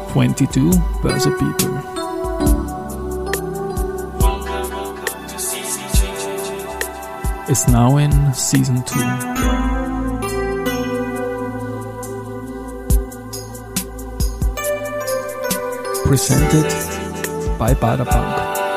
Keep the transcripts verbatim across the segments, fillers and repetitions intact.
twenty-two Börse People. Is now in Season two. Presented by Baader Bank.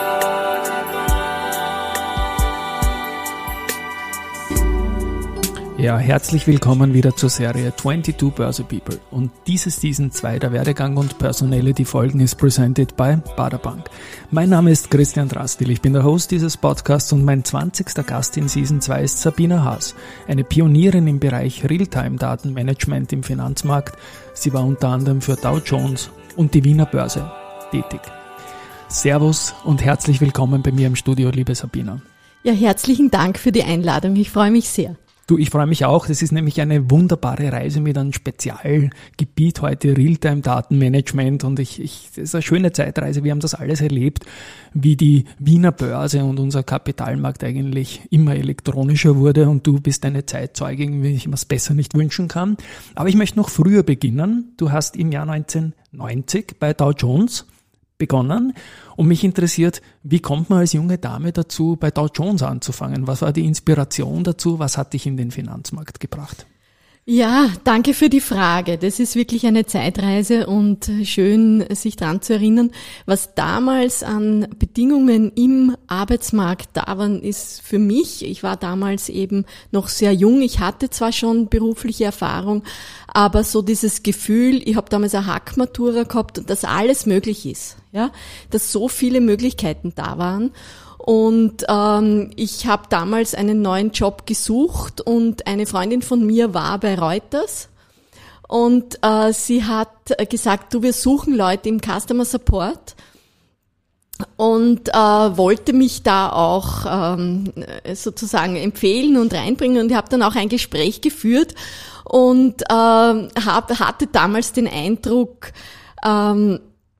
Ja, herzlich willkommen wieder zur Serie twenty-two Börse People. Und diese Season zwei der Werdegang und Personality Folgen ist presented by Baader Bank. Mein Name ist Christian Drastil, ich bin der Host dieses Podcasts und mein zwanzigster Gast in Season zwei ist Sabina Haas, eine Pionierin im Bereich Realtime-Datenmanagement im Finanzmarkt. Sie war unter anderem für Dow Jones und die Wiener Börse tätig. Servus und herzlich willkommen bei mir im Studio, liebe Sabina. Ja, herzlichen Dank für die Einladung, ich freue mich sehr. Du, ich freue mich auch. Das ist nämlich eine wunderbare Reise mit einem Spezialgebiet heute, Realtime-Datenmanagement. Und ich, ich, das ist eine schöne Zeitreise. Wir haben das alles erlebt, wie die Wiener Börse und unser Kapitalmarkt eigentlich immer elektronischer wurde. Und du bist eine Zeitzeugin, wie ich mir es besser nicht wünschen kann. Aber ich möchte noch früher beginnen. Du hast im Jahr neunzehnhundertneunzig bei Dow Jones begonnen und mich interessiert, wie kommt man als junge Dame dazu, bei Dow Jones anzufangen? Was war die Inspiration dazu? Was hat dich in den Finanzmarkt gebracht? Ja, danke für die Frage. Das ist wirklich eine Zeitreise und schön, sich daran zu erinnern, was damals an Bedingungen im Arbeitsmarkt da waren, ist für mich, ich war damals eben noch sehr jung, ich hatte zwar schon berufliche Erfahrung, aber so dieses Gefühl, ich habe damals eine Hackmatura gehabt und dass alles möglich ist, ja, dass so viele Möglichkeiten da waren. Und ähm, ich habe damals einen neuen Job gesucht und eine Freundin von mir war bei Reuters und äh, sie hat gesagt, du, wir suchen Leute im Customer Support und äh, wollte mich da auch ähm, sozusagen empfehlen und reinbringen und ich habe dann auch ein Gespräch geführt und äh, hab, hatte damals den Eindruck, ähm,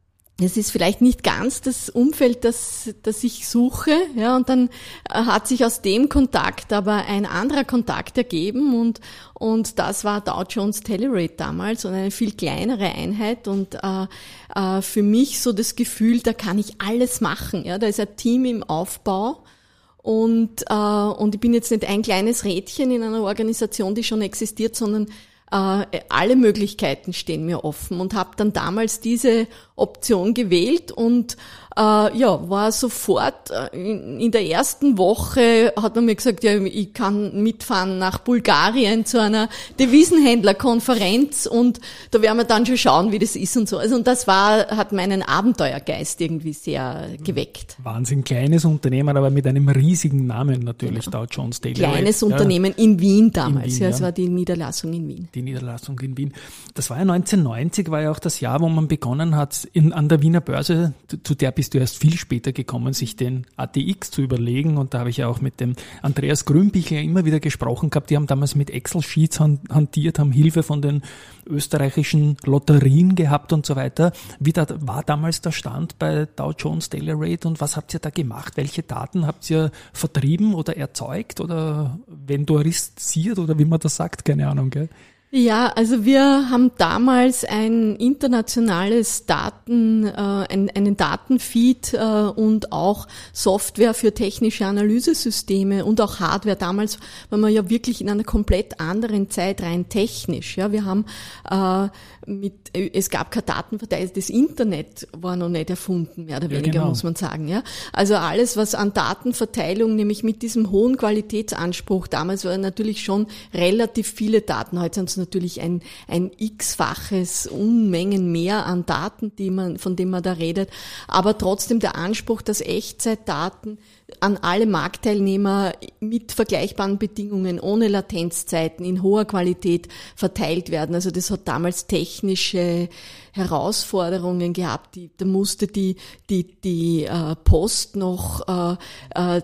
es ist vielleicht nicht ganz das Umfeld, das, das ich suche, ja, und dann hat sich aus dem Kontakt aber ein anderer Kontakt ergeben und, und das war Dow Jones Telerate damals und eine viel kleinere Einheit und, äh, äh, für mich so das Gefühl, da kann ich alles machen, ja, da ist ein Team im Aufbau und, äh, und ich bin jetzt nicht ein kleines Rädchen in einer Organisation, die schon existiert, sondern alle Möglichkeiten stehen mir offen und habe dann damals diese Option gewählt und äh, ja, war sofort äh, in, in der ersten Woche hat man mir gesagt, ja, ich kann mitfahren nach Bulgarien zu einer Devisenhändlerkonferenz und da werden wir dann schon schauen, wie das ist und so. Also und das war, hat meinen Abenteuergeist irgendwie sehr geweckt. Wahnsinn, kleines Unternehmen, aber mit einem riesigen Namen natürlich, ja. Dow Jones Telerate. Kleines ja. Unternehmen in Wien damals, in Wien, ja, es ja. war die Niederlassung in Wien. Die Niederlassung in Wien. Das war ja neunzehnhundertneunzig, war ja auch das Jahr, wo man begonnen hat, in, an der Wiener Börse, zu der bist du erst viel später gekommen, sich den A T X zu überlegen und da habe ich ja auch mit dem Andreas Grünbichler immer wieder gesprochen gehabt, die haben damals mit Excel-Sheets hantiert, haben Hilfe von den österreichischen Lotterien gehabt und so weiter. Wie da, war damals der Stand bei Dow Jones Telerate und was habt ihr da gemacht? Welche Daten habt ihr vertrieben oder erzeugt oder vendorisiert oder wie man das sagt, keine Ahnung, gell? Ja, also wir haben damals ein internationales Daten, äh, ein, einen Datenfeed äh, und auch Software für technische Analysesysteme und auch Hardware. Damals waren wir ja wirklich in einer komplett anderen Zeit rein technisch. Ja, wir haben äh, mit, es gab keine Datenverteilung, das Internet war noch nicht erfunden, mehr oder weniger, ja, genau. muss man sagen. Ja, also alles, was an Datenverteilung, nämlich mit diesem hohen Qualitätsanspruch, damals waren natürlich schon relativ viele Daten, heute sind es natürlich ein, ein x-faches Unmengen mehr an Daten, die man, von denen man da redet, aber trotzdem der Anspruch, dass Echtzeitdaten an alle Marktteilnehmer mit vergleichbaren Bedingungen, ohne Latenzzeiten, in hoher Qualität verteilt werden. Also das hat damals technische Herausforderungen gehabt. Die, da musste die, die, die äh, Post noch äh, äh,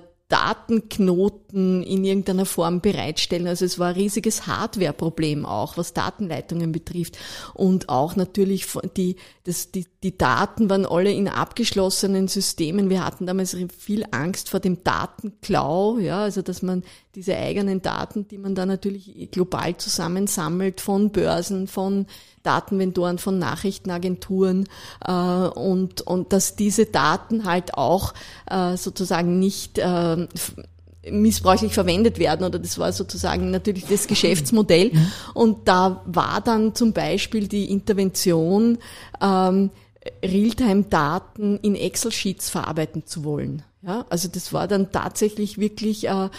Datenknoten in irgendeiner Form bereitstellen. Also es war ein riesiges Hardware-Problem auch, was Datenleitungen betrifft. Und auch natürlich die, das, die die Daten waren alle in abgeschlossenen Systemen. Wir hatten damals viel Angst vor dem Datenklau, ja, also dass man diese eigenen Daten, die man da natürlich global zusammensammelt von Börsen, von Datenvendoren, von Nachrichtenagenturen äh, und und dass diese Daten halt auch äh, sozusagen nicht äh, missbräuchlich verwendet werden, oder das war sozusagen natürlich das Geschäftsmodell. Und da war dann zum Beispiel die Intervention, ähm, Realtime-Daten in Excel-Sheets verarbeiten zu wollen. Ja, also das war dann tatsächlich wirklich eine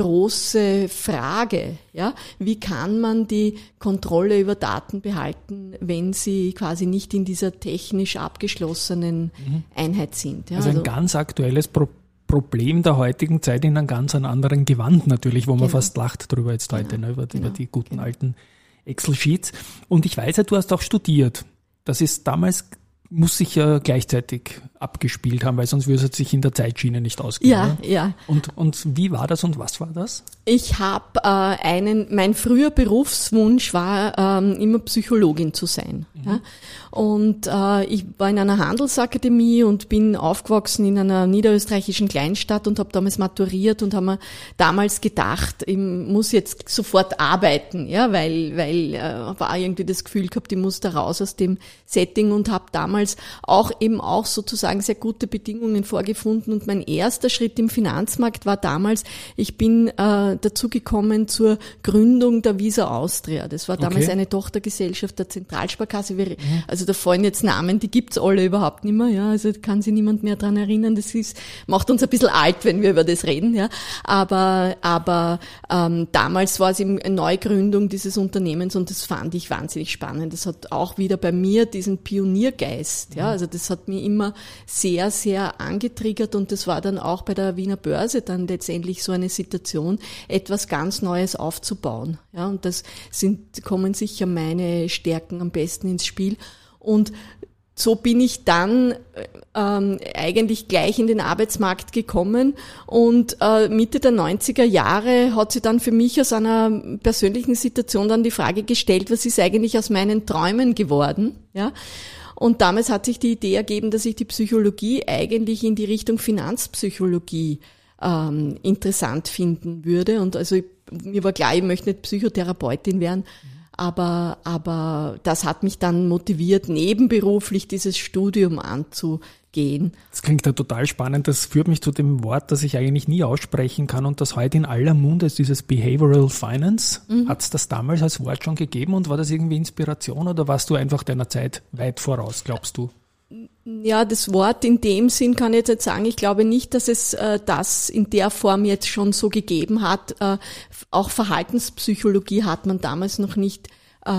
große Frage. Ja, wie kann man die Kontrolle über Daten behalten, wenn sie quasi nicht in dieser technisch abgeschlossenen mhm. Einheit sind? Ja, also ein also, ganz aktuelles Problem. Problem der heutigen Zeit in einem ganz anderen Gewand natürlich, wo man genau. fast lacht drüber jetzt heute, genau. ne, über, genau. über die guten genau. alten Excel-Sheets. Und ich weiß ja, du hast auch studiert. Das ist damals, muss sich ja gleichzeitig abgespielt haben, weil sonst würde es sich in der Zeitschiene nicht ausgehen. Ja, ne? ja. Und, und wie war das und was war das? Ich habe äh, einen, mein früher Berufswunsch war, ähm, immer Psychologin zu sein. Mhm. Ja? Und äh, ich war in einer Handelsakademie und bin aufgewachsen in einer niederösterreichischen Kleinstadt und habe damals maturiert und habe mir damals gedacht, ich muss jetzt sofort arbeiten, ja, weil weil äh, habe auch irgendwie das Gefühl gehabt, ich muss da raus aus dem Setting und habe damals auch eben auch sozusagen sehr gute Bedingungen vorgefunden. Und mein erster Schritt im Finanzmarkt war damals, ich bin äh, dazu gekommen zur Gründung der Visa Austria. Das war damals okay. eine Tochtergesellschaft der Zentralsparkasse. Wir, mhm. Also da fallen jetzt Namen, die gibt's alle überhaupt nicht mehr. Ja, also kann sich niemand mehr dran erinnern. Das ist, macht uns ein bisschen alt, wenn wir über das reden. Ja, aber aber ähm, damals war es eben eine Neugründung dieses Unternehmens und das fand ich wahnsinnig spannend. Das hat auch wieder bei mir diesen Pioniergeist. Ja, also das hat mich immer sehr sehr angetriggert und das war dann auch bei der Wiener Börse dann letztendlich so eine Situation, etwas ganz Neues aufzubauen. Ja, und das sind, kommen sicher meine Stärken am besten ins Spiel. Und so bin ich dann ähm, eigentlich gleich in den Arbeitsmarkt gekommen und äh, Mitte der neunziger Jahre hat sich dann für mich aus einer persönlichen Situation dann die Frage gestellt, was ist eigentlich aus meinen Träumen geworden? Ja. Und damals hat sich die Idee ergeben, dass ich die Psychologie eigentlich in die Richtung Finanzpsychologie ähm, interessant finden würde. Und also ich, mir war klar, ich möchte nicht Psychotherapeutin werden, mhm. aber aber das hat mich dann motiviert, nebenberuflich dieses Studium anzugehen. Das klingt ja total spannend. Das führt mich zu dem Wort, das ich eigentlich nie aussprechen kann und das heute in aller Munde ist, dieses Behavioral Finance. Mhm. Hat es das damals als Wort schon gegeben und war das irgendwie Inspiration oder warst du einfach deiner Zeit weit voraus, glaubst du? Ja, das Wort in dem Sinn kann ich jetzt sagen, ich glaube nicht, dass es äh, das in der Form jetzt schon so gegeben hat. Äh, auch Verhaltenspsychologie hat man damals noch nicht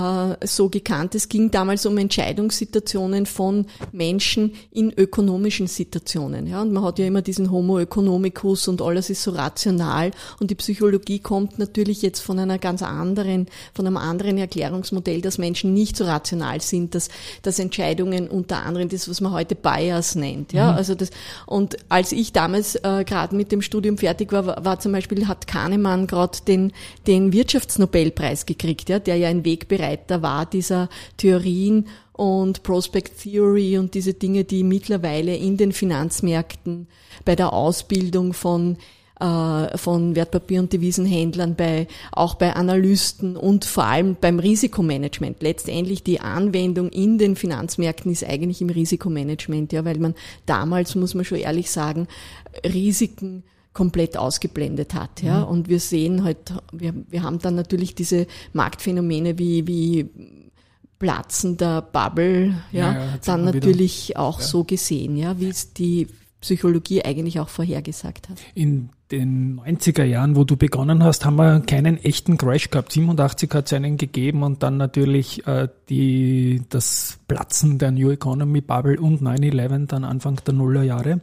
so gekannt. Es ging damals um Entscheidungssituationen von Menschen in ökonomischen Situationen. Ja, und man hat ja immer diesen Homo economicus und alles ist so rational. Und die Psychologie kommt natürlich jetzt von einer ganz anderen, von einem anderen Erklärungsmodell, dass Menschen nicht so rational sind, dass, dass Entscheidungen unter anderem das, was man heute Bias nennt. Ja, mhm. also das, und als ich damals äh, gerade mit dem Studium fertig war, war, war zum Beispiel, hat Kahnemann gerade den, den Wirtschaftsnobelpreis gekriegt, ja, der ja ein Wegbereiter war dieser Theorien und Prospect Theory und diese Dinge, die mittlerweile in den Finanzmärkten bei der Ausbildung von äh, von Wertpapier- und Devisenhändlern, bei auch bei Analysten und vor allem beim Risikomanagement. Letztendlich die Anwendung in den Finanzmärkten ist eigentlich im Risikomanagement, ja, weil man damals, muss man schon ehrlich sagen, Risiken komplett ausgeblendet hat, ja. Mhm. Und wir sehen halt, wir, wir haben dann natürlich diese Marktphänomene wie, wie Platzen der Bubble, ja, ja, ja dann natürlich wieder. auch ja. so gesehen, ja, wie es die Psychologie eigentlich auch vorhergesagt hat. In den neunziger Jahren, wo du begonnen hast, haben wir keinen echten Crash gehabt. siebenundachtzig hat es einen gegeben und dann natürlich äh, die das Platzen der New Economy Bubble und neun elf dann Anfang der Nullerjahre.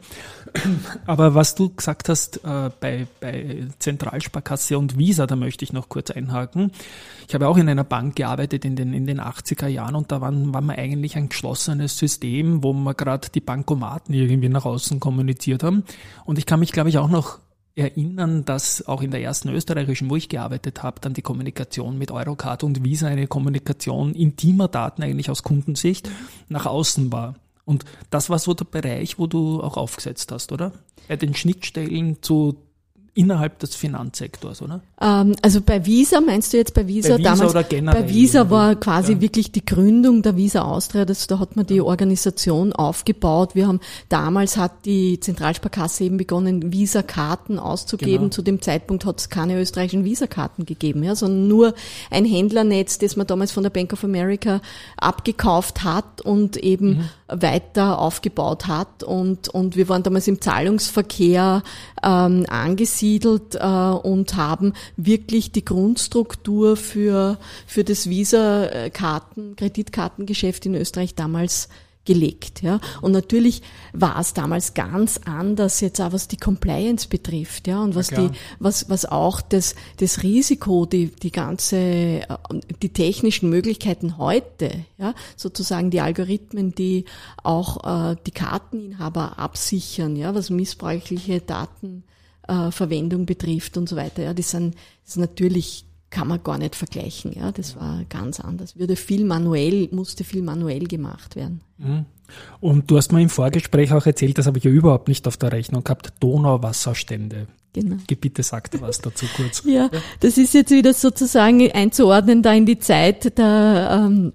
Aber was du gesagt hast äh, bei, bei Zentralsparkasse und Visa, da möchte ich noch kurz einhaken. Ich habe auch in einer Bank gearbeitet in den in den achtziger Jahren und da waren, waren wir eigentlich ein geschlossenes System, wo wir gerade die Bankomaten irgendwie nach außen kommuniziert haben. Und ich kann mich, glaube ich, auch noch erinnern, dass auch in der ersten österreichischen, wo ich gearbeitet habe, dann die Kommunikation mit Eurocard und Visa eine Kommunikation intimer Daten eigentlich aus Kundensicht nach außen war. Und das war so der Bereich, wo du auch aufgesetzt hast, oder? Bei den Schnittstellen zu innerhalb des Finanzsektors, oder? Ähm, also bei Visa, meinst du jetzt bei Visa? Bei Visa damals, oder generell? Bei Visa war quasi ja. wirklich die Gründung der Visa Austria, das, da hat man die Organisation aufgebaut. Wir haben, damals hat die Zentralsparkasse eben begonnen, Visa-Karten auszugeben. Genau. Zu dem Zeitpunkt hat es keine österreichischen Visa-Karten gegeben, ja, sondern nur ein Händlernetz, das man damals von der Bank of America abgekauft hat und eben mhm. weiter aufgebaut hat. Und, und wir waren damals im Zahlungsverkehr ähm, angesiedelt äh, und haben wirklich die Grundstruktur für für das Visa-Karten, Kreditkartengeschäft in Österreich damals gelegt, ja. Und natürlich war es damals ganz anders jetzt auch, was die Compliance betrifft, ja, und was ja, die, was, was auch das, das Risiko, die, die ganze, die technischen Möglichkeiten heute, ja, sozusagen die Algorithmen, die auch äh, die Karteninhaber absichern, ja, was missbräuchliche Daten Äh, Verwendung betrifft und so weiter. Ja, das sind, das ist natürlich, kann man gar nicht vergleichen. Ja, das war ganz anders. Würde viel manuell, musste viel manuell gemacht werden. Und du hast mir im Vorgespräch auch erzählt, das habe ich ja überhaupt nicht auf der Rechnung gehabt, Donauwasserstände. Genau. Bitte sag dir was dazu kurz. Ja, das ist jetzt wieder sozusagen einzuordnen da in die Zeit der ähm,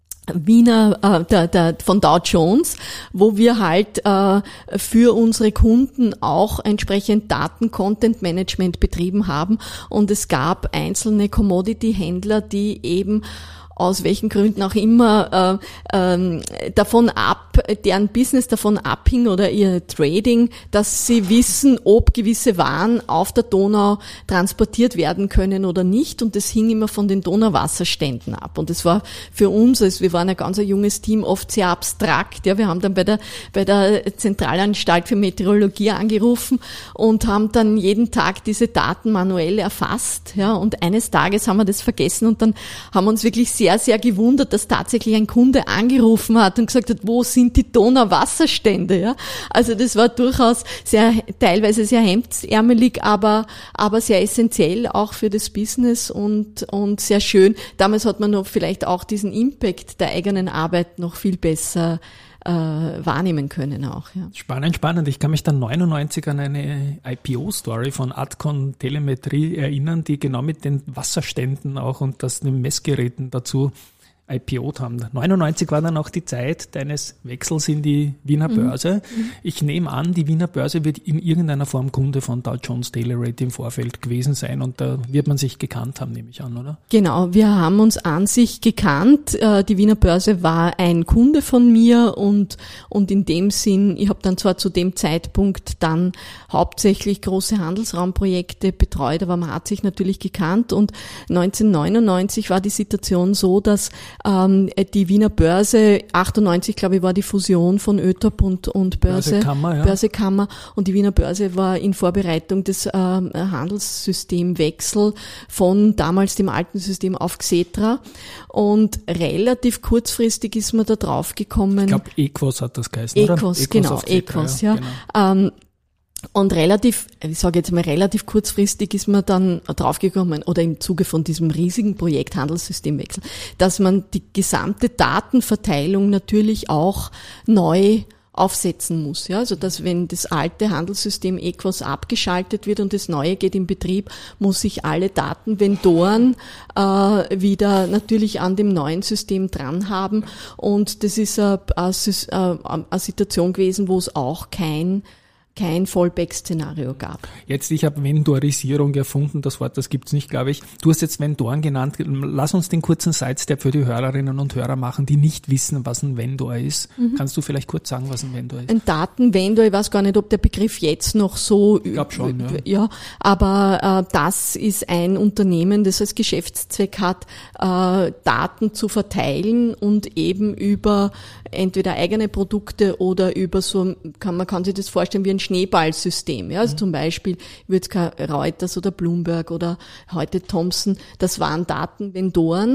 Wiener, äh, der, der, von Dow Jones, wo wir halt äh, für unsere Kunden auch entsprechend Daten-Content-Management betrieben haben. Und es gab einzelne Commodity-Händler, die eben aus welchen Gründen auch immer äh, äh, davon ab, deren Business davon abhing oder ihr Trading, dass sie wissen, ob gewisse Waren auf der Donau transportiert werden können oder nicht. Und das hing immer von den Donauwasserständen ab. Und das war für uns, also wir waren ein ganz ein junges Team, oft sehr abstrakt. Ja, wir haben dann bei der bei der Zentralanstalt für Meteorologie angerufen und haben dann jeden Tag diese Daten manuell erfasst. Ja, und eines Tages haben wir das vergessen und dann haben wir uns wirklich sehr, sehr gewundert, dass tatsächlich ein Kunde angerufen hat und gesagt hat, wo sind die Donauwasserstände? Ja, also das war durchaus sehr, teilweise sehr hemdsärmelig, aber, aber sehr essentiell auch für das Business und, und sehr schön. Damals hat man noch vielleicht auch diesen Impact der eigenen Arbeit noch viel besser äh, wahrnehmen können auch. Ja. Spannend, spannend. Ich kann mich dann neunundneunzig an eine I P O-Story von Adcon Telemetrie erinnern, die genau mit den Wasserständen auch und das den Messgeräten dazu I P O'd haben. neunundneunzig war dann auch die Zeit deines Wechsels in die Wiener Börse. Mhm. Ich nehme an, die Wiener Börse wird in irgendeiner Form Kunde von Dow Jones Daily Rate im Vorfeld gewesen sein und da wird man sich gekannt haben, nehme ich an, oder? Genau, wir haben uns an sich gekannt. Die Wiener Börse war ein Kunde von mir und, und in dem Sinn, ich habe dann zwar zu dem Zeitpunkt dann hauptsächlich große Handelsraumprojekte betreut, aber man hat sich natürlich gekannt und neunzehnhundertneunundneunzig war die Situation so, dass Ähm, die Wiener Börse, achtundneunzig glaube ich, war die Fusion von ÖTOP und, und Börse, Börsekammer, ja. Börsekammer und die Wiener Börse war in Vorbereitung des ähm, Handelssystemwechsel von damals dem alten System auf Xetra und relativ kurzfristig ist man da drauf gekommen. Ich glaube, Equos hat das geheißen, Equos, oder? Equos, genau, Equos, ja. ja. Genau. Ähm, Und relativ, ich sage jetzt mal relativ kurzfristig ist man dann draufgekommen oder im Zuge von diesem riesigen Projekt Handelssystemwechsel, dass man die gesamte Datenverteilung natürlich auch neu aufsetzen muss. Ja, also dass wenn das alte Handelssystem Equos abgeschaltet wird und das neue geht in Betrieb, muss sich alle Datenvendoren äh, wieder natürlich an dem neuen System dran haben. Und das ist eine, eine, eine Situation gewesen, wo es auch kein kein Fallback-Szenario gab. Jetzt, ich habe Vendorisierung erfunden, das Wort, das gibt's nicht, glaube ich. Du hast jetzt Vendoren genannt. Lass uns den kurzen Sidestep für die Hörerinnen und Hörer machen, die nicht wissen, was ein Vendor ist. Mhm. Kannst du vielleicht kurz sagen, was ein Vendor ist? Ein Datenvendor, ich weiß gar nicht, ob der Begriff jetzt noch so... Ich glaube schon, ja. ja. Aber äh, das ist ein Unternehmen, das als Geschäftszweck hat, äh, Daten zu verteilen und eben über entweder eigene Produkte oder über so, kann, man kann sich das vorstellen wie ein Schneeballsystem. Ja? Also mhm. zum Beispiel Reuters oder Bloomberg oder heute Thomson, das waren Datenvendoren,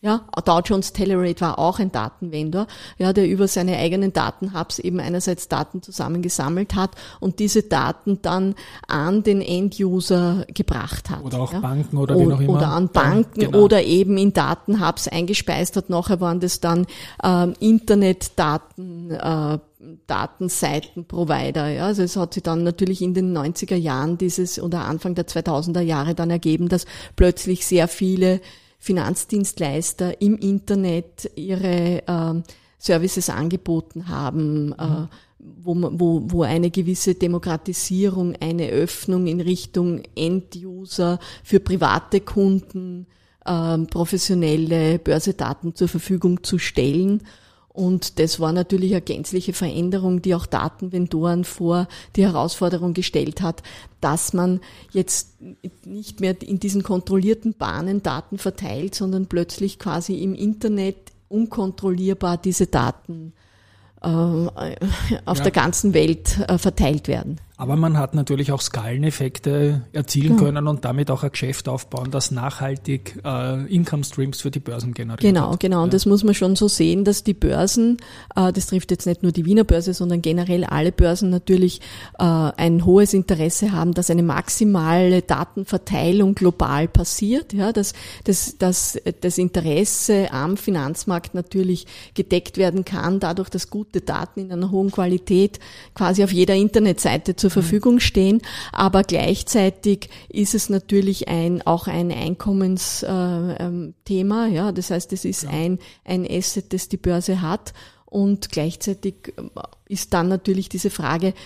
Ja, Dow Jones Telerate war auch ein Datenvendor, ja, der über seine eigenen Datenhubs eben einerseits Daten zusammengesammelt hat und diese Daten dann an den Enduser gebracht hat. Oder auch ja. Banken oder wie auch immer. Oder an Banken ja, genau. oder eben in Datenhubs eingespeist hat. Nachher waren das dann ähm, Internetdaten, äh, Datenseitenprovider. Ja. Also es hat sich dann natürlich in den neunziger Jahren dieses oder Anfang der zweitausender Jahre dann ergeben, dass plötzlich sehr viele Finanzdienstleister im Internet ihre äh, Services angeboten haben, mhm. äh, wo, wo, wo eine gewisse Demokratisierung, eine Öffnung in Richtung End-User für private Kunden, äh, professionelle Börsedaten zur Verfügung zu stellen. Und das war natürlich eine gänzliche Veränderung, die auch Datenvendoren vor die Herausforderung gestellt hat, dass man jetzt nicht mehr in diesen kontrollierten Bahnen Daten verteilt, sondern plötzlich quasi im Internet unkontrollierbar diese Daten äh, auf ja. der ganzen Welt äh, verteilt werden. Aber man hat natürlich auch Skaleneffekte erzielen ja. können und damit auch ein Geschäft aufbauen, das nachhaltig äh, Income Streams für die Börsen generiert. Genau, hat. genau. Und ja. das muss man schon so sehen, dass die Börsen, äh, das trifft jetzt nicht nur die Wiener Börse, sondern generell alle Börsen natürlich äh, ein hohes Interesse haben, dass eine maximale Datenverteilung global passiert. Ja, dass, dass, dass das Interesse am Finanzmarkt natürlich gedeckt werden kann, dadurch, dass gute Daten in einer hohen Qualität quasi auf jeder Internetseite zur Verfügung stehen, aber gleichzeitig ist es natürlich ein auch ein Einkommensthema, äh, ja, das heißt, es ist ja. ein ein Asset, das die Börse hat und gleichzeitig ist dann natürlich diese Frage,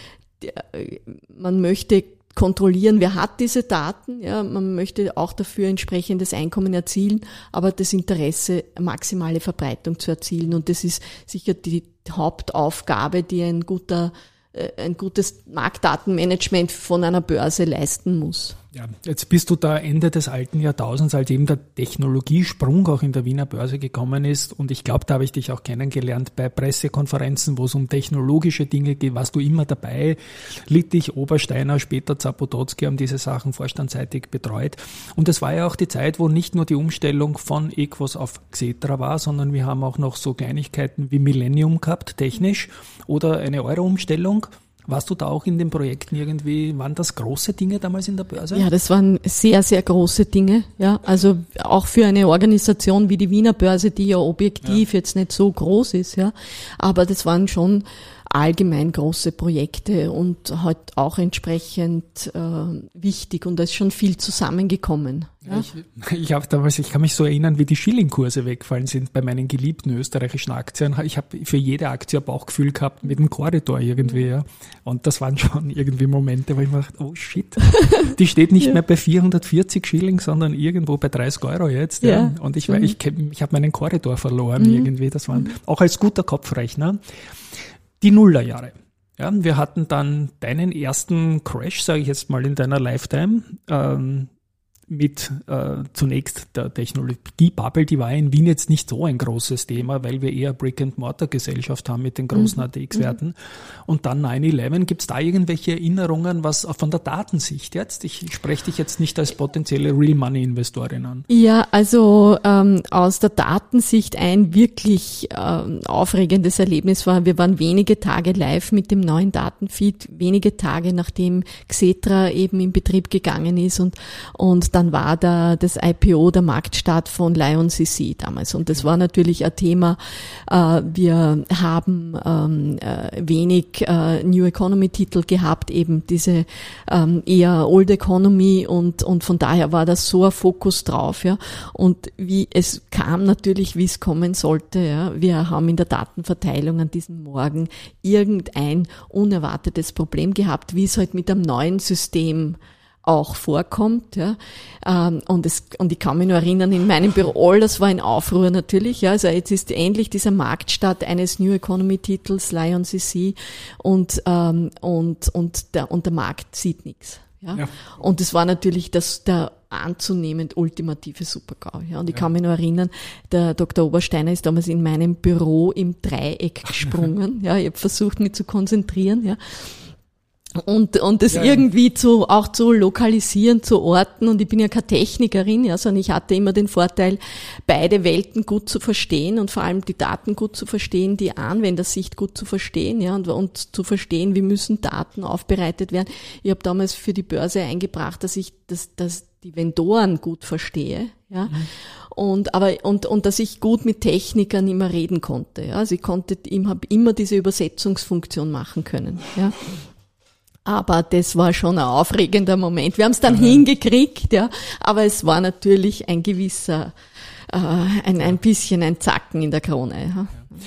man möchte kontrollieren, wer hat diese Daten, ja, man möchte auch dafür entsprechendes Einkommen erzielen, aber das Interesse, maximale Verbreitung zu erzielen und das ist sicher die Hauptaufgabe, die ein guter ein gutes Marktdatenmanagement von einer Börse leisten muss. Ja, jetzt bist du da Ende des alten Jahrtausends, als eben der Technologiesprung auch in der Wiener Börse gekommen ist und ich glaube, da habe ich dich auch kennengelernt bei Pressekonferenzen, wo es um technologische Dinge geht, warst du immer dabei, Littich, Obersteiner, später Zapotocki haben diese Sachen vorstandsseitig betreut und es war ja auch die Zeit, wo nicht nur die Umstellung von Equos auf Xetra war, sondern wir haben auch noch so Kleinigkeiten wie Millennium gehabt, technisch, oder eine Euro-Umstellung. Warst du da auch in den Projekten irgendwie, waren das große Dinge damals in der Börse? Ja, das waren sehr, sehr große Dinge, ja. Also auch für eine Organisation wie die Wiener Börse, die ja objektiv ja. jetzt nicht so groß ist, ja. Aber das waren schon allgemein große Projekte und halt auch entsprechend äh, wichtig und da ist schon viel zusammengekommen. Ja? Ja, ich ich habe damals, ich kann mich so erinnern, wie die Schillingkurse weggefallen sind bei meinen geliebten österreichischen Aktien. Ich habe für jede Aktie ein Bauchgefühl gehabt mit dem Korridor irgendwie, ja. Und das waren schon irgendwie Momente, wo ich mir dachte, oh shit, die steht nicht ja. mehr bei vierhundertvierzig Schilling, sondern irgendwo bei dreißig Euro jetzt. Ja. ja. Und ich, mhm. ich, ich habe meinen Korridor verloren mhm. irgendwie. Das waren auch als guter Kopfrechner. Die Nullerjahre. Ja, wir hatten dann deinen ersten Crash, sage ich jetzt mal, in deiner Lifetime, ähm, mit äh, zunächst der Technologie-Bubble, die war in Wien jetzt nicht so ein großes Thema, weil wir eher Brick-and-Mortar-Gesellschaft haben mit den großen mhm. A T X-Werten. Mhm. Und dann neun elf, gibt es da irgendwelche Erinnerungen, was von der Datensicht jetzt? Ich spreche dich jetzt nicht als potenzielle Real-Money-Investorin an. Ja, also ähm, aus der Datensicht ein wirklich ähm, aufregendes Erlebnis war, wir waren wenige Tage live mit dem neuen Datenfeed, wenige Tage nachdem Xetra eben in Betrieb gegangen ist und und dann war da das I P O, der Marktstart von Lion C C damals. Und das war natürlich ein Thema. Äh, wir haben ähm, äh, wenig äh, New Economy Titel gehabt, eben diese ähm, eher Old Economy und und von daher war das so ein Fokus drauf. Ja. Und wie es kam natürlich, wie es kommen sollte. Ja. Wir haben in der Datenverteilung an diesem Morgen irgendein unerwartetes Problem gehabt, wie es halt mit einem neuen System auch vorkommt, ja, und es, und ich kann mich nur erinnern, in meinem Büro, das war ein Aufruhr natürlich, ja, also jetzt ist endlich dieser Marktstart eines New Economy Titels, Lion C C, und, ähm, und, und der, und der Markt sieht nichts, ja. ja. Und es war natürlich das, der anzunehmend ultimative Super-GAU, ja, und ich ja. kann mich nur erinnern, der Doktor Obersteiner ist damals in meinem Büro im Dreieck gesprungen, ja, ich habe versucht, mich zu konzentrieren, ja. Und, und das ja, irgendwie zu, auch zu lokalisieren, zu orten. Und ich bin ja keine Technikerin, ja, sondern ich hatte immer den Vorteil, beide Welten gut zu verstehen und vor allem die Daten gut zu verstehen, die Anwendersicht gut zu verstehen, ja, und, und zu verstehen, wie müssen Daten aufbereitet werden. Ich habe damals für die Börse eingebracht, dass ich, dass, dass die Vendoren gut verstehe, ja. Mhm. Und, aber, und, und dass ich gut mit Technikern immer reden konnte, ja. Also ich konnte, ich habe immer diese Übersetzungsfunktion machen können, ja. Aber das war schon ein aufregender Moment. Wir haben es dann ja. hingekriegt, ja, aber es war natürlich ein gewisser, äh, ein, ein bisschen ein Zacken in der Krone. Ja.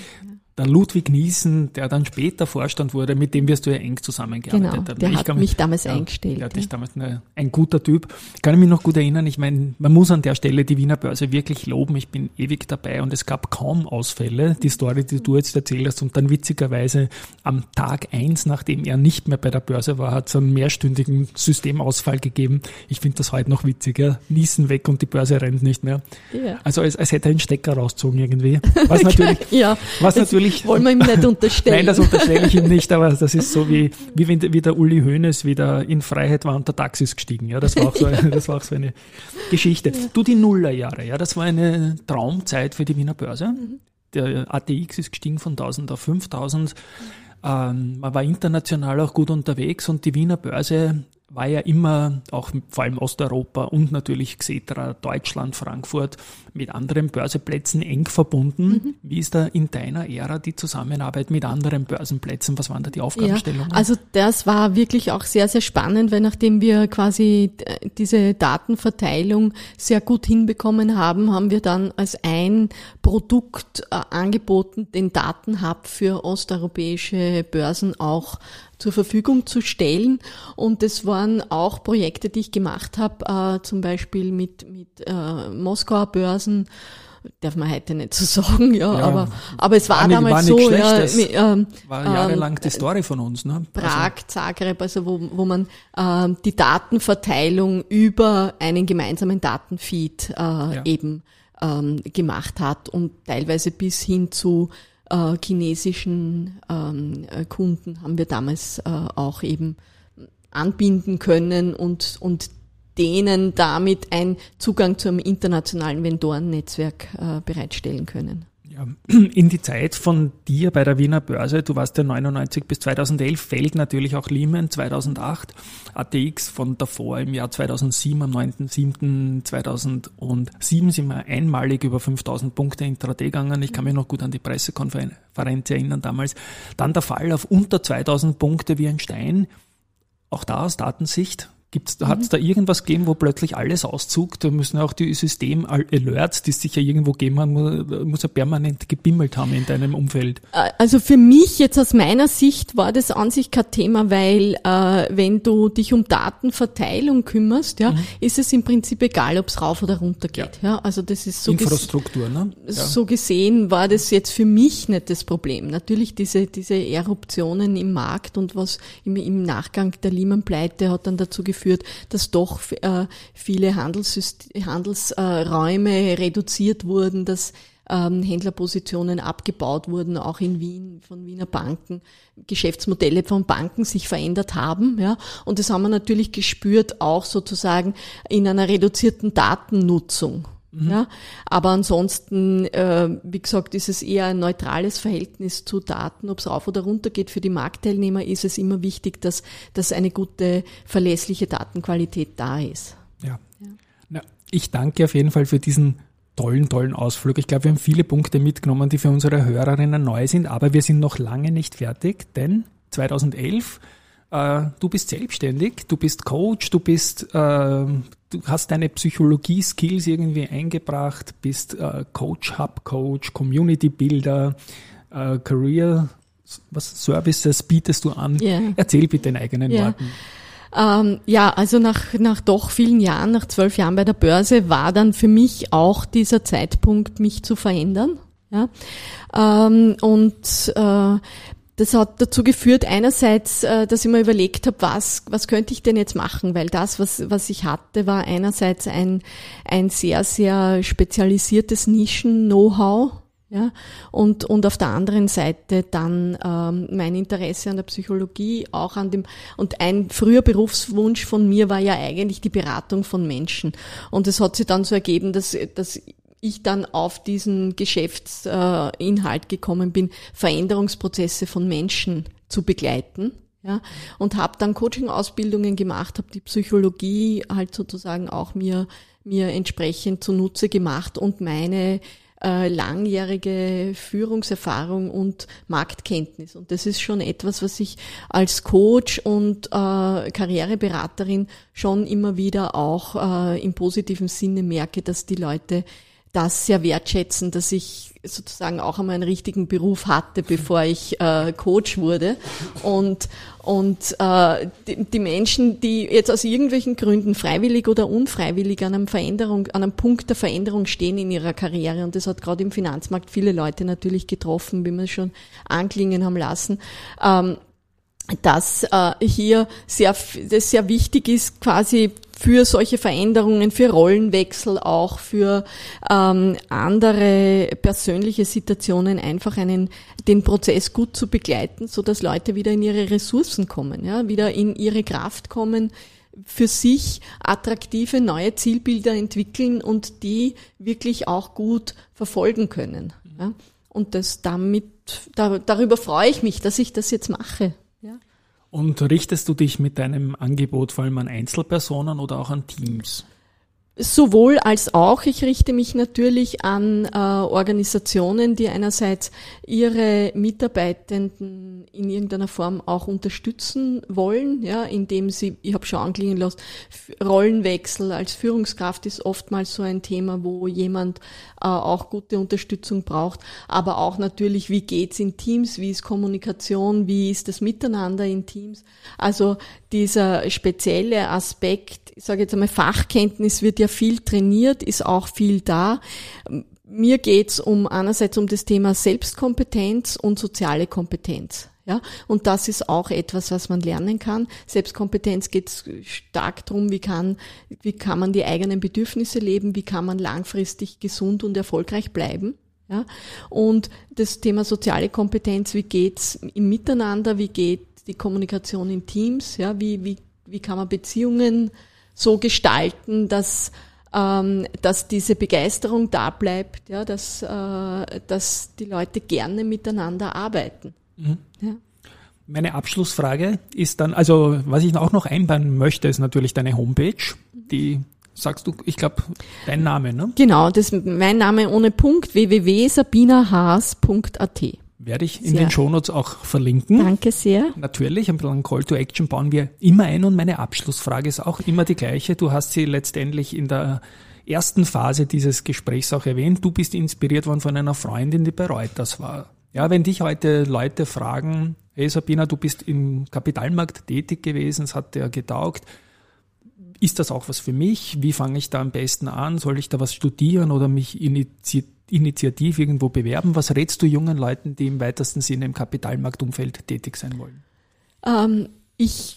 Der Ludwig Niesen, der dann später Vorstand wurde, mit dem wirst du ja eng zusammengearbeitet haben. Genau, der ich hat kann mich mich, damals ja, eingestellt. Der hat dich damals eine, ein guter Typ. Ich kann mich noch gut erinnern, ich meine, man muss an der Stelle die Wiener Börse wirklich loben. Ich bin ewig dabei und es gab kaum Ausfälle. Die Story, die du jetzt erzählt hast, und dann witzigerweise am Tag eins, nachdem er nicht mehr bei der Börse war, hat es einen mehrstündigen Systemausfall gegeben. Ich finde das heute noch witziger. Niesen weg und die Börse rennt nicht mehr. Ja. Also als, als hätte er einen Stecker rausgezogen irgendwie. Was natürlich, ja, was natürlich wollen wir ihm nicht unterstellen. Nein, das unterstelle ich ihm nicht, aber das ist so wie, wie wenn wie der Uli Hoeneß wieder in Freiheit war und der Taxi ist gestiegen. Ja, das war auch so eine, das war auch so eine Geschichte. Ja. Du, die Nullerjahre, ja, das war eine Traumzeit für die Wiener Börse. Mhm. Der A T X ist gestiegen von tausend auf fünftausend. Mhm. Ähm, man war international auch gut unterwegs und die Wiener Börse war ja immer, auch vor allem Osteuropa und natürlich Xetra, Deutschland, Frankfurt, mit anderen Börseplätzen eng verbunden. Mhm. Wie ist da in deiner Ära die Zusammenarbeit mit anderen Börsenplätzen? Was waren da die Aufgabenstellungen? Ja, also das war wirklich auch sehr, sehr spannend, weil nachdem wir quasi diese Datenverteilung sehr gut hinbekommen haben, haben wir dann als ein Produkt äh, angeboten, den Datenhub für osteuropäische Börsen auch zur Verfügung zu stellen. Und das waren auch Projekte, die ich gemacht habe, äh, zum Beispiel mit, mit äh, Moskauer Börsen, darf man heute nicht so sagen, ja, ja aber, aber es war, war damals nicht, war so, ja, das ähm, war jahrelang ähm, die Story von uns, ne? Prag, also. Zagreb, also wo, wo man ähm, die Datenverteilung über einen gemeinsamen Datenfeed äh, ja. eben ähm, gemacht hat und teilweise bis hin zu Äh, chinesischen ähm, äh, Kunden haben wir damals äh, auch eben anbinden können und, und denen damit einen Zugang zu einem internationalen Vendorennetzwerk äh, bereitstellen können. Ja, in die Zeit von dir bei der Wiener Börse, du warst ja neunundneunzig bis zweitausendelf, fällt natürlich auch Lehman zweitausendacht, A T X von davor im Jahr zweitausendsieben, am neunten siebten zweitausendsieben sind wir einmalig über fünftausend Punkte intraday gegangen. Ich kann mich noch gut an die Pressekonferenz erinnern damals. Dann der Fall auf unter zweitausend Punkte wie ein Stein. Auch da aus Datensicht. Gibt's, mhm. Hat es da irgendwas gegeben, wo plötzlich alles auszugt? Da müssen auch die System-Alerts, die es sicher irgendwo geben haben, muss, muss ja permanent gebimmelt haben in deinem Umfeld. Also für mich jetzt aus meiner Sicht war das an sich kein Thema, weil äh, wenn du dich um Datenverteilung kümmerst, ja, mhm. ist es im Prinzip egal, ob es rauf oder runter geht. Ja. ja. Also das ist so Infrastruktur, ges- ne? Ja. So gesehen war das jetzt für mich nicht das Problem. Natürlich diese diese Eruptionen im Markt und was im, im Nachgang der Lehman-Pleite hat dann dazu geführt, dass doch äh, viele Handelsräume äh, reduziert wurden, dass ähm, Händlerpositionen abgebaut wurden, auch in Wien von Wiener Banken, Geschäftsmodelle von Banken sich verändert haben, ja. Und das haben wir natürlich gespürt, auch sozusagen in einer reduzierten Datennutzung. Mhm. Ja, aber ansonsten, äh, wie gesagt, ist es eher ein neutrales Verhältnis zu Daten. Ob es rauf oder runter geht für die Marktteilnehmer, ist es immer wichtig, dass, dass eine gute, verlässliche Datenqualität da ist. Ja. ja. Na, ich danke auf jeden Fall für diesen tollen, tollen Ausflug. Ich glaube, wir haben viele Punkte mitgenommen, die für unsere Hörerinnen neu sind, aber wir sind noch lange nicht fertig, denn zweitausendelf, äh, du bist selbstständig, du bist Coach, du bist, äh, du hast deine Psychologie-Skills irgendwie eingebracht, bist äh, Coach, Hub-Coach, Community-Builder, äh, Career, was Services bietest du an? Yeah. Erzähl bitte in eigenen yeah. Worten. Ähm, ja, also nach, nach doch vielen Jahren, nach zwölf Jahren bei der Börse, war dann für mich auch dieser Zeitpunkt, mich zu verändern. Ja, ähm, und äh, das hat dazu geführt, einerseits, äh, dass ich mir überlegt habe, was, was könnte ich denn jetzt machen? Weil das, was, was ich hatte, war einerseits ein, ein sehr, sehr spezialisiertes Nischen-Know-how. Ja, und, und auf der anderen Seite dann ähm, mein Interesse an der Psychologie, auch an dem, und ein früher Berufswunsch von mir war ja eigentlich die Beratung von Menschen. Und es hat sich dann so ergeben, dass, dass ich dann auf diesen Geschäftsinhalt gekommen bin, Veränderungsprozesse von Menschen zu begleiten. Ja, und habe dann Coaching-Ausbildungen gemacht, habe die Psychologie halt sozusagen auch mir, mir entsprechend zunutze gemacht und meine Äh, langjährige Führungserfahrung und Marktkenntnis. Und das ist schon etwas, was ich als Coach und äh, Karriereberaterin schon immer wieder auch äh, im positiven Sinne merke, dass die Leute das sehr wertschätzen, dass ich sozusagen auch einmal einen richtigen Beruf hatte, bevor ich äh, Coach wurde. Und und äh, die, die Menschen, die jetzt aus irgendwelchen Gründen freiwillig oder unfreiwillig an einem Veränderung, an einem Punkt der Veränderung stehen in ihrer Karriere, und das hat gerade im Finanzmarkt viele Leute natürlich getroffen, wie wir es schon anklingen haben lassen, ähm, dass äh, hier sehr, das sehr wichtig ist, quasi für solche Veränderungen, für Rollenwechsel, auch für ähm, andere persönliche Situationen einfach einen den Prozess gut zu begleiten, so dass Leute wieder in ihre Ressourcen kommen, ja, wieder in ihre Kraft kommen, für sich attraktive neue Zielbilder entwickeln und die wirklich auch gut verfolgen können. Ja. Und das damit da, darüber freue ich mich, dass ich das jetzt mache. Ja. Und richtest du dich mit deinem Angebot vor allem an Einzelpersonen oder auch an Teams? Sowohl als auch. Ich richte mich natürlich an äh, Organisationen, die einerseits ihre Mitarbeitenden in irgendeiner Form auch unterstützen wollen, ja, indem sie, ich habe schon anklingen lassen, Rollenwechsel als Führungskraft ist oftmals so ein Thema, wo jemand äh, auch gute Unterstützung braucht, aber auch natürlich, wie geht's in Teams, wie ist Kommunikation, wie ist das Miteinander in Teams. Also dieser spezielle Aspekt, ich sage jetzt einmal, Fachkenntnis wird ja viel trainiert, ist auch viel da. Mir geht's um einerseits um das Thema Selbstkompetenz und soziale Kompetenz. Ja, und das ist auch etwas, was man lernen kann. Selbstkompetenz geht stark darum, wie kann, wie kann man die eigenen Bedürfnisse leben, wie kann man langfristig gesund und erfolgreich bleiben. Ja, und das Thema soziale Kompetenz, wie geht's im Miteinander, wie geht die Kommunikation in Teams, ja, wie, wie, wie kann man Beziehungen so gestalten, dass, ähm, dass diese Begeisterung da bleibt, ja, dass, äh, dass die Leute gerne miteinander arbeiten. Mhm. Ja. Meine Abschlussfrage ist dann, also was ich auch noch einbauen möchte, ist natürlich deine Homepage, die sagst du, ich glaube, dein Name, ne? Genau, das ist mein Name ohne Punkt, w w w punkt sabina haas punkt a t. Werde ich in sehr. den Shownotes auch verlinken. Danke sehr. Natürlich, ein bisschen Call to Action bauen wir immer ein und meine Abschlussfrage ist auch immer die gleiche. Du hast sie letztendlich in der ersten Phase dieses Gesprächs auch erwähnt. Du bist inspiriert worden von einer Freundin, die bei Reuters war. Ja, wenn dich heute Leute fragen, hey Sabina, du bist im Kapitalmarkt tätig gewesen, es hat dir getaugt. Ist das auch was für mich? Wie fange ich da am besten an? Soll ich da was studieren oder mich initiieren? Initiativ irgendwo bewerben? Was rätst du jungen Leuten, die im weitesten Sinne im Kapitalmarktumfeld tätig sein wollen? Ähm, ich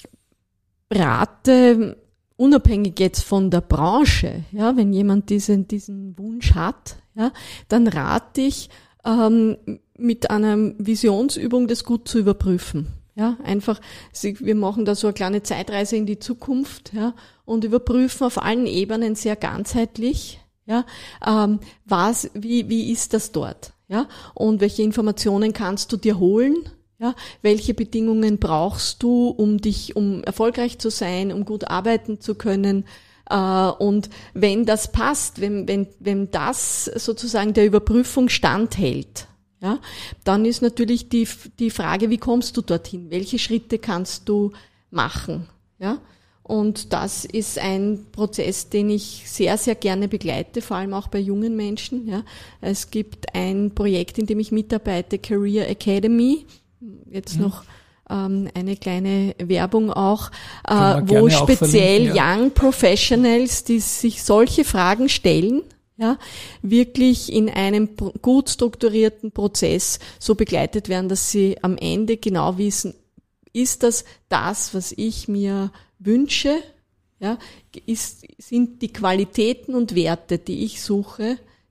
rate, unabhängig jetzt von der Branche, ja, wenn jemand diesen, diesen Wunsch hat, ja, dann rate ich, ähm, mit einer Visionsübung das gut zu überprüfen. Ja, einfach, wir machen da so eine kleine Zeitreise in die Zukunft, ja, und überprüfen auf allen Ebenen sehr ganzheitlich, ja, ähm, was, wie, wie ist das dort? Ja, und welche Informationen kannst du dir holen? Ja, welche Bedingungen brauchst du, um dich, um erfolgreich zu sein, um gut arbeiten zu können? Äh, und wenn das passt, wenn, wenn, wenn das sozusagen der Überprüfung standhält, ja, dann ist natürlich die, die Frage, wie kommst du dorthin? Welche Schritte kannst du machen? Ja? Und das ist ein Prozess, den ich sehr, sehr gerne begleite, vor allem auch bei jungen Menschen. Ja. Es gibt ein Projekt, in dem ich mitarbeite, Career Academy. Jetzt mhm. noch ähm, eine kleine Werbung auch, äh, wo speziell ja. Young Professionals, die sich solche Fragen stellen, ja, wirklich in einem gut strukturierten Prozess so begleitet werden, dass sie am Ende genau wissen, ist das das, was ich mir wünsche, ja, ist, sind die Qualitäten und Werte, die ich suche,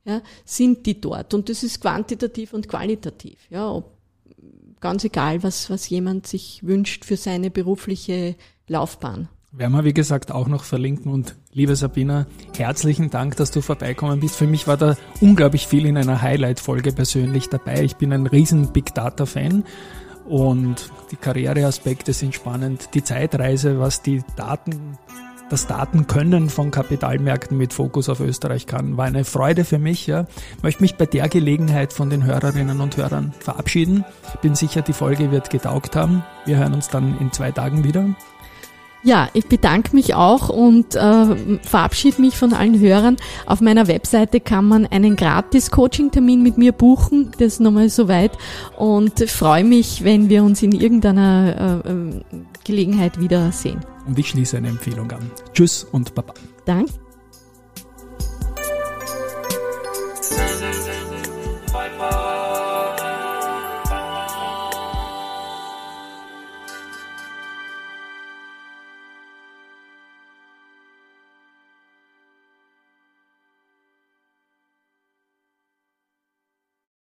ja, sind die dort. Und das ist quantitativ und qualitativ. Ja, ob, ganz egal, was, was jemand sich wünscht für seine berufliche Laufbahn. Werden wir, wie gesagt, auch noch verlinken. Und liebe Sabina, herzlichen Dank, dass du vorbeikommen bist. Für mich war da unglaublich viel in einer Highlight-Folge persönlich dabei. Ich bin ein riesen Big Data-Fan und die Karriereaspekte sind spannend. Die Zeitreise, was die Daten, das Datenkönnen von Kapitalmärkten mit Fokus auf Österreich kann, war eine Freude für mich. Ja. Ich möchte mich bei der Gelegenheit von den Hörerinnen und Hörern verabschieden. Ich bin sicher, die Folge wird getaugt haben. Wir hören uns dann in zwei Tagen wieder. Ja, ich bedanke mich auch und äh, verabschiede mich von allen Hörern. Auf meiner Webseite kann man einen Gratis-Coaching-Termin mit mir buchen. Das ist nochmal soweit. Und freue mich, wenn wir uns in irgendeiner äh, Gelegenheit wiedersehen. Und ich schließe eine Empfehlung an. Tschüss und Baba. Danke.